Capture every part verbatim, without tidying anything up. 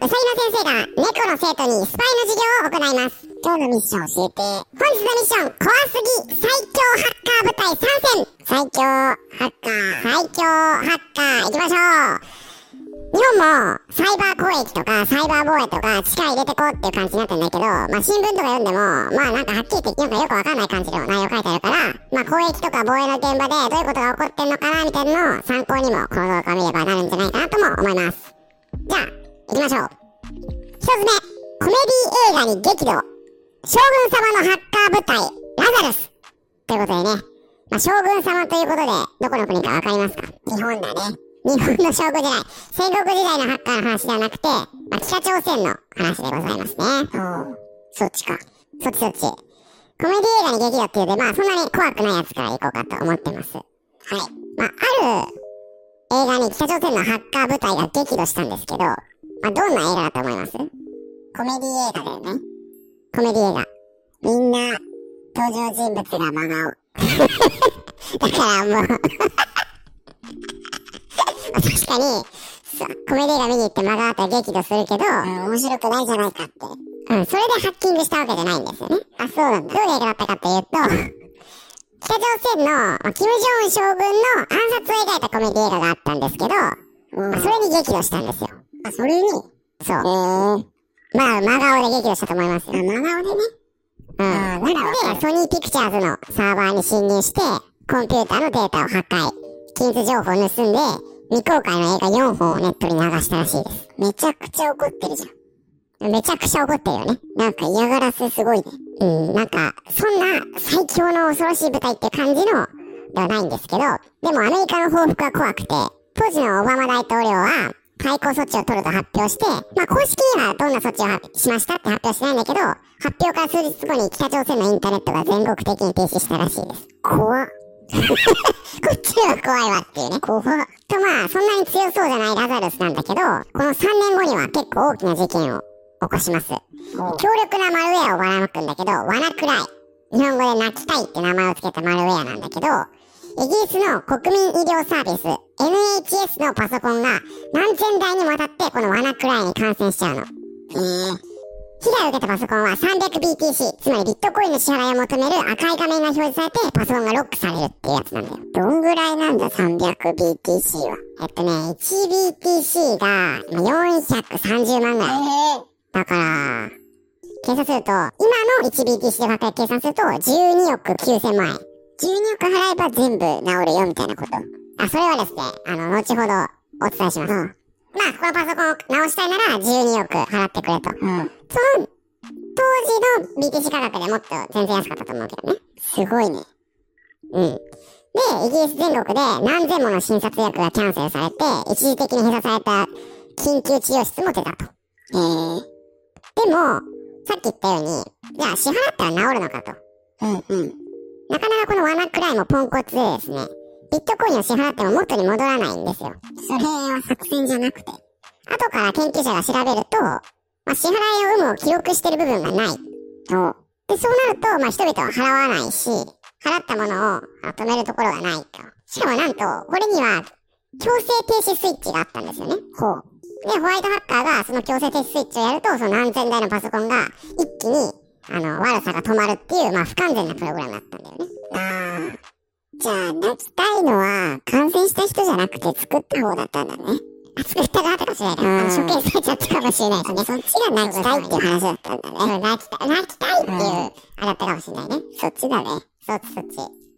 うさぎの先生が猫の生徒にスパイの授業を行います。今日のミッション教えて。本日のミッション、怖すぎ最強ハッカー部隊参戦。最強ハッカー、最強ハッカー、行きましょう。日本もサイバー攻撃とかサイバー防衛とか力入れてこうっていう感じになってんだけど、まあ新聞とか読んでも、まあなんかはっきり言ってなんかよくわかんない感じの内容書いてあるから、まあ攻撃とか防衛の現場でどういうことが起こってんのかなみたいなのを参考にもこの動画を見ればなるんじゃないかなとも思います。じゃあ、行きましょう。一つ目、コメディ映画に激怒。将軍様のハッカー部隊、ラザルス。ということでね、まあ将軍様ということで、どこの国かわかりますか？日本だね。日本の将軍時代、戦国時代のハッカーの話ではなくて、まあ、北朝鮮の話でございますね。おう、そっちか。そっちそっち。コメディ映画に激怒っていうで、まあそんなに怖くないやつから行こうかと思ってます。はい。まあある映画に北朝鮮のハッカー部隊が激怒したんですけど、まあどんな映画だと思います？コメディ映画だよね。コメディ映画。みんな、登場人物が真顔。だからもう確かに、コメディ映画見に行って間があったら激怒するけど、うん、面白くないじゃないかって。うん、それでハッキングしたわけじゃないんですよね。あ、そうなんだ。どういう映画だったかっていうと、北朝鮮の、まあ、キム・ジョンウン将軍の暗殺を描いたコメディ映画があったんですけど、うんまあ、それに激怒したんですよ。あ、それにそう。へー。まあ、真顔で激怒したと思いますよ。あ、真顔でね。うん。あ、ならで、ソニーピクチャーズのサーバーに侵入して、コンピューターのデータを破壊、機密情報を盗んで、未公開の映画よんほんをネットに流したらしいです。めちゃくちゃ怒ってるじゃん。めちゃくちゃ怒ってるよね。なんか嫌がらせすごいね。うん、なんか、そんな最強の恐ろしい部隊って感じのではないんですけど、でもアメリカの報復は怖くて、当時のオバマ大統領は対抗措置を取ると発表して、まあ公式にはどんな措置をしましたって発表しないんだけど、発表から数日後に北朝鮮のインターネットが全国的に停止したらしいです。怖っ。こっちは怖いわっていうね。怖っ。とまあ、そんなに強そうじゃないラザルスなんだけど、このさんねんごには結構大きな事件を起こします。強力なマルウェアをばらまくんだけど、ワナクライ。日本語で泣きたいって名前を付けたマルウェアなんだけど、イギリスの国民医療サービス、エヌエイチエス のパソコンが何千台にもわたってこのワナクライに感染しちゃうの。へー。被害を受けたパソコンは さんびゃくビーティーシー、つまりビットコインの支払いを求める赤い画面が表示されてパソコンがロックされるっていうやつなんだよ。どんぐらいなんだ さんびゃくビーティーシー は。えっとね、いちビーティーシー がよんひゃくさんじゅうまんぐらい。だから、計算すると、今の いちビーティーシー で計算するとじゅうにおくきゅうせんまんえん。じゅうにおく払えば全部治るよみたいなこと。あ、それはですね、あの、後ほどお伝えします。うん、まあ、このパソコンを直したいならじゅうにおく払ってくれと。うん。その、当時の ビーティーシー 価格でもっと全然安かったと思うけどね。すごいね。うん。で、イギリス全国で何千もの診察薬がキャンセルされて、一時的に閉鎖された緊急治療室も出たと。へー。でも、さっき言ったように、じゃあ支払ったら治るのかと。うんうん。なかなかこのワナクライもポンコツでですね、ビットコインを支払っても元に戻らないんですよ。それは作戦じゃなくて。後から研究者が調べると、まあ、支払いの有無を記録してる部分がない。で、そうなると、まあ、人々は払わないし、払ったものを止めるところがないと。しかもなんと、これには、強制停止スイッチがあったんですよね。ほう。で、ホワイトハッカーがその強制停止スイッチをやると、その何千台のパソコンが一気に、あの、悪さが止まるっていう、まあ、不完全なプログラムだったんだよね。あー。じゃあ、泣きたいのは、感染した人じゃなくて作った方だったんだね。作った側とかしないから、処刑されちゃったかもしれないしね。そっちが泣きたいっていう話だったんだね。泣きたい、泣きたいっていう、あれだったかもしれないね。そっちだね。そっちそっち。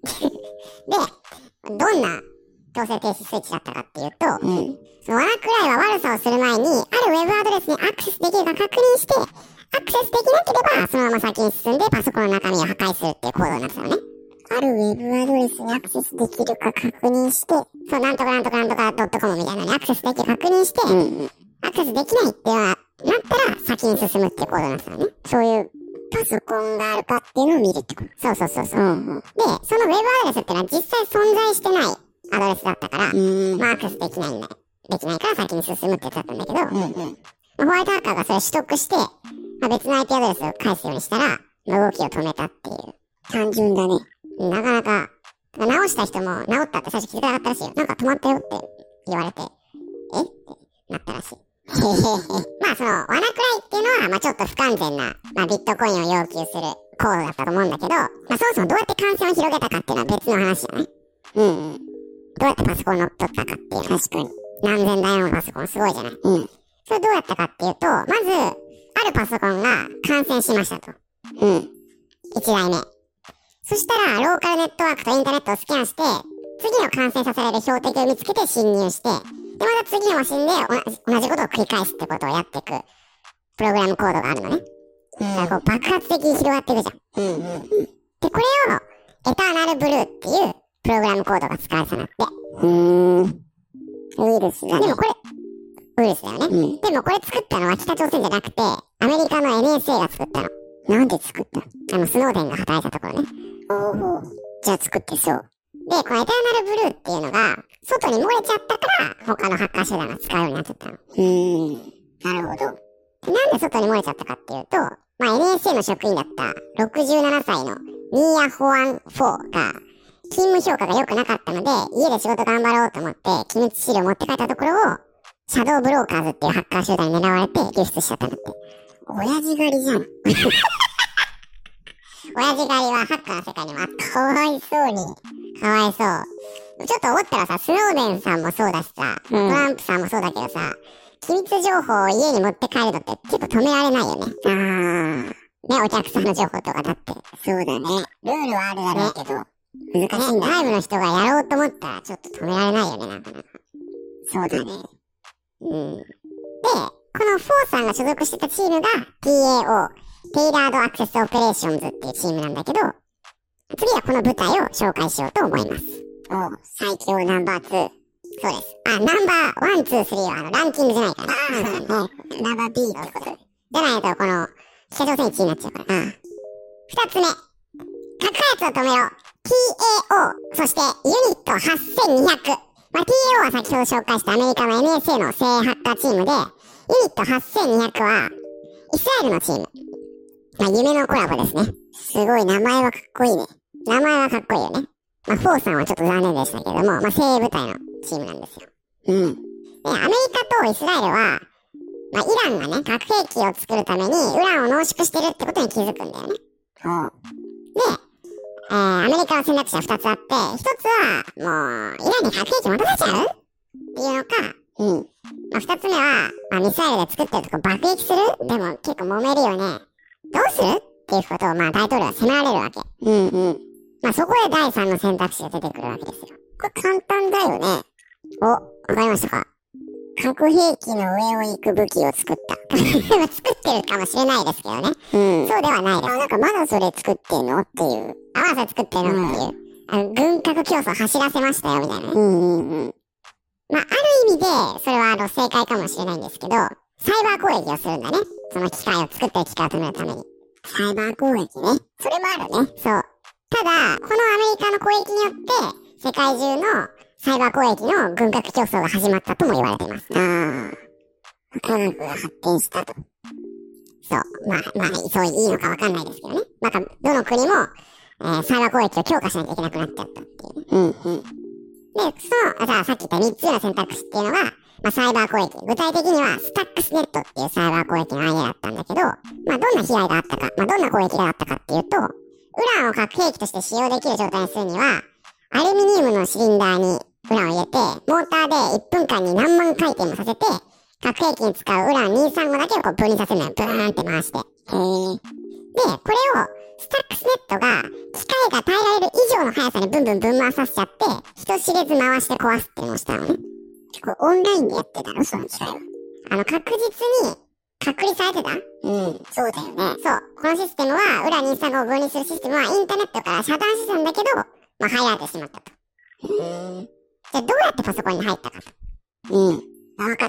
で、どんな強制停止スイッチだったかっていうと、うん、そのワナクライは悪さをする前に、あるウェブアドレスにアクセスできるか確認して、アクセスできなければ、そのまま先に進んでパソコンの中身を破壊するっていう行動になってたのね。あるウェブアドレスにアクセスできるか確認して、そう、なんとかなんとかなんとかドットコムみたいなのにアクセスできる確認して、うんうん、アクセスできないっていうのは、なったら先に進むっていう行動になってたのね。そういうパソコンがあるかっていうのを見るってこと。そうそうそうそう。うんうん、で、そのウェブアドレスってのは実際存在してないアドレスだったから、まあアクセスできないんだよ。できないから先に進むってやつだったんだけど、うんうん、ホワイトハッカーがそれ取得して、まあ、別の アイピー アドレスを返すようにしたら、動きを止めたっていう。単純だね。なかなか、直した人も直ったって最初気づかなかったらしいよ。なんか止まったよって言われて、えってなったらしい。 へへへ。まあその、ワナクライっていうのは、まあちょっと不完全な、まあビットコインを要求するコードだったと思うんだけど、まあそもそもどうやって感染を広げたかっていうのは別の話じゃない。うんうん。どうやってパソコンを乗っ取ったかっていうのは。確かに。何千台のパソコンすごいじゃない。うん。それどうやったかっていうと、まず、あるパソコンが感染しましたと。うん。一台目。そしたら、ローカルネットワークとインターネットをスキャンして、次の感染させられる標的を見つけて侵入して、で、また次のマシンで同じことを繰り返すってことをやっていく、プログラムコードがあるのね。うん。だからこう爆発的に広がっていくじゃん。うんうん。で、これを、エターナルブルーっていう、プログラムコードが使われてたんだって。うーん。ウイルスだね。でもこれ、ウイルスだよね。うん。でもこれ作ったのは北朝鮮じゃなくて、アメリカの エヌエスエー が作ったの。なんで作ったの？あの、スノーデンが働いたところね。おー。じゃあ作ってそう。で、このエターナルブルーっていうのが、外に漏れちゃったから、他のハッカー集団が使うようになっちゃったの。うーん。なるほど。なんで外に漏れちゃったかっていうと、まあ エヌエスエー の職員だったろくじゅうななさいのミーア・ホアン・フォーが、勤務評価が良くなかったので、家で仕事頑張ろうと思って、機密資料を持って帰ったところを、シャドウブローカーズっていうハッカー集団に狙われて流出しちゃったんだって。親父狩りじゃん。親父狩りはハッカーの世界にもあった。かわいそうに。かわいそう。ちょっと思ったらさ、スノーデンさんもそうだしさ、うん、トランプさんもそうだけどさ、機密情報を家に持って帰るのって結構止められないよね。あー。ね、お客さんの情報とかだって。そうだね。ルールはあるだろうけど。ね、難しいんだ。外部の人がやろうと思ったらちょっと止められないよね、なかなか。そうだね。うん。で、このフォーさんが所属してたチームが ティーエーオー、テイラードアクセスオペレーションズっていうチームなんだけど、次はこの部隊を紹介しようと思います。おう、最強ナンバーツー。そうです。あ、ナンバーワン、ツー、スリーはあのランキングじゃないから。ああ、そうだね。ナンバー ビー ってこと。じゃないとこの、北朝鮮いちいになっちゃうから。ああ。二つ目。核開発を止めろ。ティーエーオー、そしてユニットはっせんにひゃく。まあ、ティーエーオー は先ほど紹介したアメリカの エヌエスエー の正ハッカーチームで、ユニットはっせんにひゃくは、イスラエルのチーム。まあ、夢のコラボですね。すごい名前はかっこいいね。名前はかっこいいよね。まあ、フォーさんはちょっと残念でしたけども、まあ、精鋭部隊のチームなんですよ。うん。で、アメリカとイスラエルは、まあ、イランがね、核兵器を作るために、ウランを濃縮してるってことに気づくんだよね。そう。で、えー、アメリカは選択肢は二つあって、一つは、もう、イランに核兵器持たせちゃうっていうのか、うん。まあ、二つ目は、まあ、ミサイルで作ってるとこ爆撃するでも結構揉めるよね。どうするっていうことを、まあ、大統領は迫られるわけ。うんうん。まあ、そこで第三の選択肢が出てくるわけですよ。これ簡単だよね。お、わかりましたか？核兵器の上を行く武器を作った。作ってるかもしれないですけどね。うん。そうではないです。あ、なんかまだそれ作ってんのっていう。あ、まだそれ作ってんのっていう。うん、あの、軍拡競争走らせましたよ、みたいな。うんうんうん。まあ、ある意味で、それはあの、正解かもしれないんですけど、サイバー攻撃をするんだね。その機械を作ってる機械を止めるために。サイバー攻撃ね。それもあるね。そう。ただ、このアメリカの攻撃によって、世界中のサイバー攻撃の軍拡競争が始まったとも言われています。ああ。科学が発展したと。そう。まあ、まあ、そういいのかわかんないですけどね。また、どの国も、えー、サイバー攻撃を強化しなきゃいけなくなっちゃったっていうね。うんうん。で、その、じゃあさっき言ったみっつの選択肢っていうのが、まあ、サイバー攻撃。具体的には、スタックスネットっていうサイバー攻撃のアイデアだったんだけど、まあ、どんな被害があったか、まあ、どんな攻撃があったかっていうと、ウランを核兵器として使用できる状態にするには、アルミニウムのシリンダーにウランを入れて、モーターでいっぷんかんに何万回転もさせて、核兵器に使うウランにひゃくさんじゅうごだけをこう分離させるのよ。ブーンって回して。へー。で、これを、スタックスネットが、機械が耐えられる以上の速さにブンブンブン回させちゃって、人知れず回して壊すっていうのをしたのね。これオンラインでやってたのその機械は。あの、確実に、隔離されてた？うん、そうだよね。そう。このシステムは、ウランにひゃくさんじゅうごを分離するシステムは、インターネットから遮断してたんだけど、まあ、入られてしまったと。へー。じゃあ、どうやってパソコンに入ったかと。うん。あ、わかった。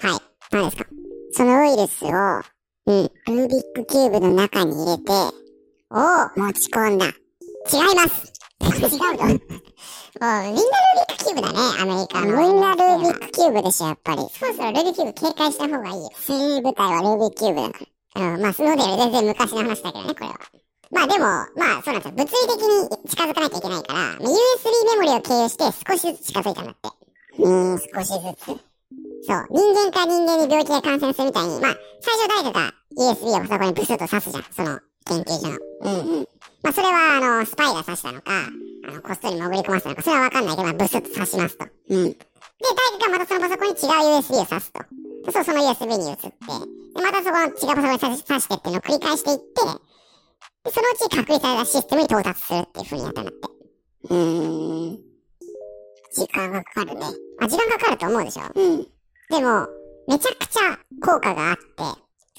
はい。何ですか？そのウイルスを、うん。ルービックキューブの中に入れて、おー、持ち込んだ。違います違うよ。もう、みんなルービックキューブだね、アメリカの。みんなルービックキューブでしょ、やっぱり。そろそろルービックキューブ警戒した方がいいよ。精鋭部隊はルービックキューブだから。うん、まあ、スノーデンより全然昔の話だけどね、これは。まあでも、まあそうなんですよ。物理的に近づかなきゃいけないから、ユーエスビー メモリを経由して少しずつ近づいたんだって。うーん、少しずつ。 そう。人間から人間に病気が感染するみたいに、まあ、最初誰かが ユーエスビー をパソコンにブスッと刺すじゃん。その研究所の。うんうん。まあ、それは、あの、スパイが刺したのか、あの、こっそり潜り込ませたのか、それはわかんないけど、まあ、ブスッと刺しますと。うん。で、誰かがまたそのパソコンに違う ユーエスビー を刺すと。そう、その ユーエスビー に移って、で、またそこの違うパソコンに刺してっていうのを繰り返していって、で、そのうち隔離されたシステムに到達するっていう風にやったんだって。うーん。時間がかかるね。あ、時間かかると思うでしょ？うん。でも、めちゃくちゃ効果があって、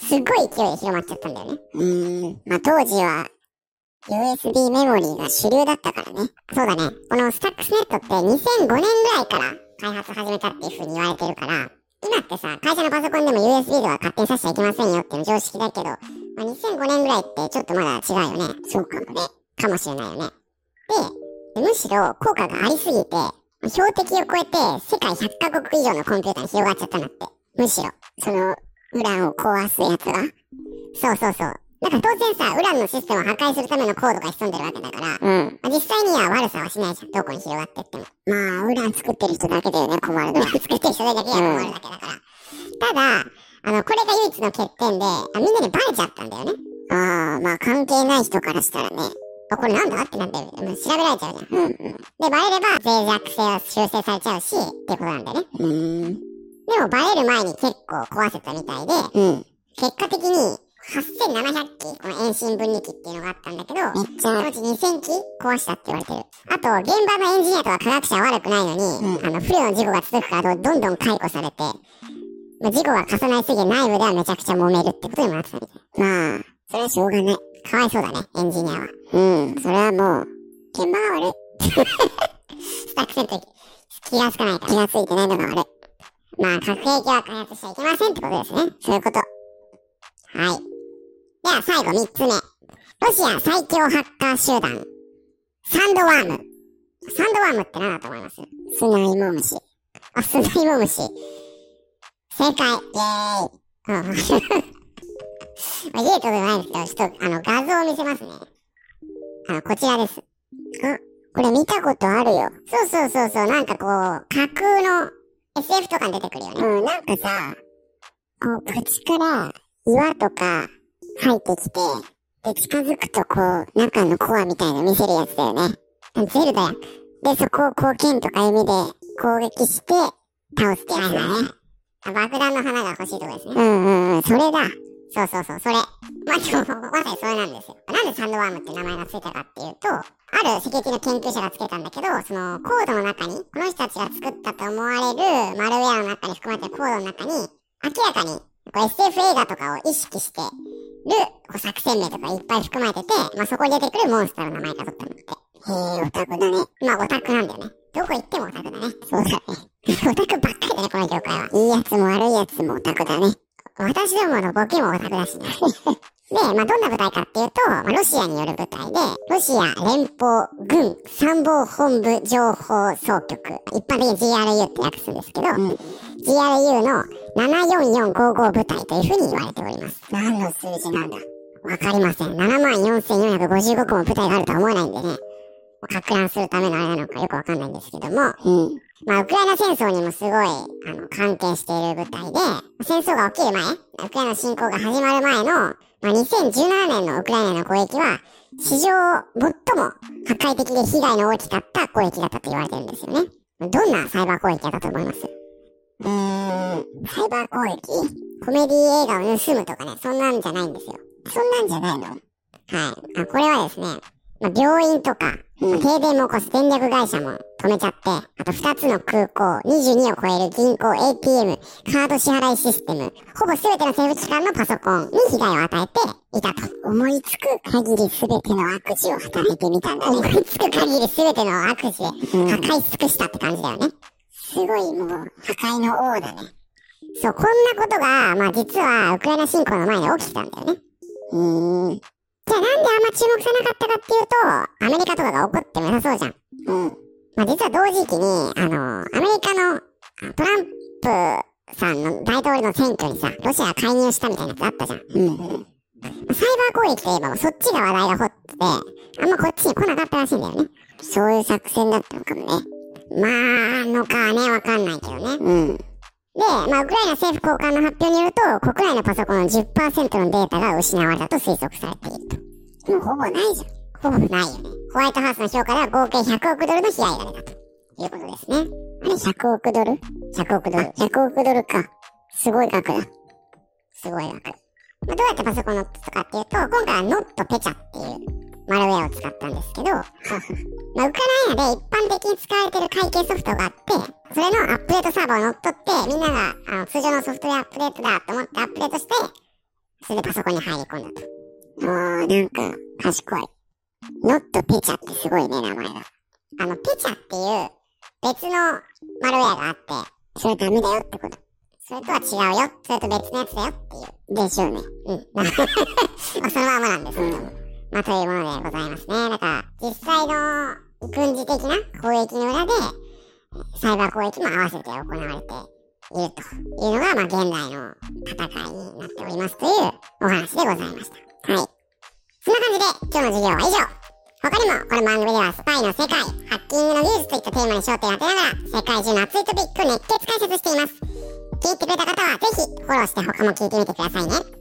すっごい勢いで広まっちゃったんだよね。うーん。まあ、当時は、ユーエスビー メモリーが主流だったからね。そうだね。このスタックスネットってにせんごねんぐらいから開発始めたっていう風に言われてるから、今ってさ、会社のパソコンでも ユーエスビー では勝手に挿しちゃいけませんよっていうの常識だけど、まあ、にせんごねんぐらいってちょっとまだ違うよね。そうかもね。かもしれないよね。で、むしろ効果がありすぎて、標的を超えて世界ひゃっかこく以上のコンピューターに広がっちゃったんだって。むしろ、その、ウランを壊すやつが。そうそうそう。だから当然さ、ウランのシステムを破壊するためのコードが潜んでるわけだから、うん。まあ、実際には悪さはしないじゃん。どこに広がってっても。まあ、ウラン作ってる人だけだよね、困るの。ウラン作ってる人だけが困るだけだから。ただ、あの、これが唯一の欠点で、あみんなにバレちゃったんだよね。ああ、まあ関係ない人からしたらね。あ、これなんだってなってる。もう調べられちゃうじゃん。うんうん。で、バレれば脆弱性は修正されちゃうし、っていうことなんだよね。うーん。でもバレる前に結構壊せたみたいで、うん。結果的にはっせんななひゃくき、この遠心分離機っていうのがあったんだけど、めっちゃ、そのうちにせんき壊したって言われてる。あと、現場のエンジニアとか科学者は悪くないのに、うん、あの、不慮の事故が続くからどんどん解雇されて、まあ、事故が重なりすぎて内部ではめちゃくちゃ揉めるってことにもなってたみたい。まあ、それはしょうがない。かわいそうだね、エンジニアは。うん、それはもう、現場が悪い。スタックセントに気がつかないから。気がついてないのが悪い。まあ、核兵器は開発しちゃいけませんってことですね。そういうこと。はい。では最後みっつめ。ロシア最強ハッカー集団。サンドワーム。サンドワームって何だと思います？スナイモムシ。あ、スナイモムシ。正解。イェーイ。うん。まあ、イェーイとでもないんですけど、ちょっと、あの、画像を見せますね。あの、こちらです。あ、これ見たことあるよ。そうそうそうそう、なんかこう、架空の エスエフ とかに出てくるよね。うん、なんかさ、こう、口から岩とか入ってきて、で、近づくとこう、中のコアみたいなの見せるやつだよね。ゼルダや。で、そこをこう、剣とか弓で攻撃して、倒すってやつだね。あ、爆弾の花が欲しいとこですね。うんうんうん、それだ。そうそうそう、それ。まあ、でも、まさにそれなんですよ。なんでサンドワームって名前がついたかっていうと、あるセキュリティの研究者がつけたんだけど、そのコードの中に、この人たちが作ったと思われるマルウェアの中に含まれてるコードの中に、明らかに、こう エスエフ 映画とかを意識してる、こう作戦名とかいっぱい含まれてて、まあ、そこに出てくるモンスターの名前が取ったんだって。へえ、オタクだね。まあ、オタクなんだよね。どこ行ってもオタクだね。そうだね。オタクばっかりだね、この業界は。いいやつも悪いやつもオタクだね。私どものボケもオタクだしね。で、まあ、どんな部隊かっていうと、まあ、ロシアによる部隊で、ロシア連邦軍参謀本部情報総局。一般的に ジーアールユー って訳すんですけど、うん、ジーアールユー のななよんよんごご部隊というふうに言われております。何の数字なんだ？わかりません。ななまんよんせんよんひゃくごじゅうごこも部隊があるとは思えないんでね。拡乱するためのあれなのかよくわかんないんですけども、うん。まあ、ウクライナ戦争にもすごい、あの、関係している部隊で、戦争が起きる前、ウクライナの侵攻が始まる前の、まあ、にせんじゅうななねんのウクライナの攻撃は、史上最も破壊的で被害の大きかった攻撃だったと言われてるんですよね。どんなサイバー攻撃だったと思います？うーん、サイバー攻撃？コメディ映画を盗むとかね、そんなんじゃないんですよ。そんなんじゃないの？はい。あ、これはですね、まあ、病院とか、うん、停電も起こす電力会社も止めちゃって、あとふたつの空港、にじゅうにを超える銀行、エーティーエム、カード支払いシステム、ほぼすべての政府機関のパソコンに被害を与えていたと。思いつく限りすべての悪事を働いてみたんだね。思いつく限りすべての悪事で破壊尽くしたって感じだよね。すごいもう、破壊の王だね。そう、こんなことが、まあ実はウクライナ侵攻の前に起きてたんだよね。うーん。じゃあなんであんま注目さなかったかっていうと、アメリカとかが怒っても良さそうじゃん。うん。まあ、実は同時期に、あの、アメリカのトランプさんの大統領の選挙にさ、ロシアが介入したみたいなやつあったじゃん。うん。サイバー攻撃といえばそっちが話題が掘ってて、あんまこっちに来なかったらしいんだよね。そういう作戦だったのかもね。まあ、のかね、わかんないけどね。うん。 で、まあ、ウクライナ政府高官の発表によると、国内のパソコンの じゅっパーセント のデータが失われたと推測されていると。もうほぼないじゃん。ほぼないよね。ホワイトハウスの評価では合計ひゃくおくドルの被害が出たということですね。あれ、ひゃくおくドル ?ひゃくおくドル。ひゃくおくドルか。すごい額だ。すごい額。まあ、どうやってパソコンを乗っ取ったかっていうと、今回はノットペチャっていうマルウェアを使ったんですけど、まあ、ウクライナで一般的に使われている会計ソフトがあって、それのアップデートサーバーを乗っ取って、みんながあの通常のソフトウェアアップデートだと思ってアップデートして、それでパソコンに入り込んだと。もう、なんか、賢い。ノットペチャってすごいね、名前が。あの、ペチャっていう別のマルウェアがあって、それダメだよってこと。それとは違うよ。それと別のやつだよっていう。でしょうね。うん。まあ、そのままなんですけども。まあ、というものでございますね。だから、実際の軍事的な攻撃の裏で、サイバー攻撃も合わせて行われているというのが、まあ、現代の戦いになっておりますというお話でございました。はい。そんな感じで、今日の授業は以上。他にも、この番組ではスパイの世界、ハッキングの技術といったテーマに焦点を当てながら、世界中の熱いトピックを熱血解説しています。気に入ってくれた方は、ぜひ、フォローして他も聞いてみてくださいね。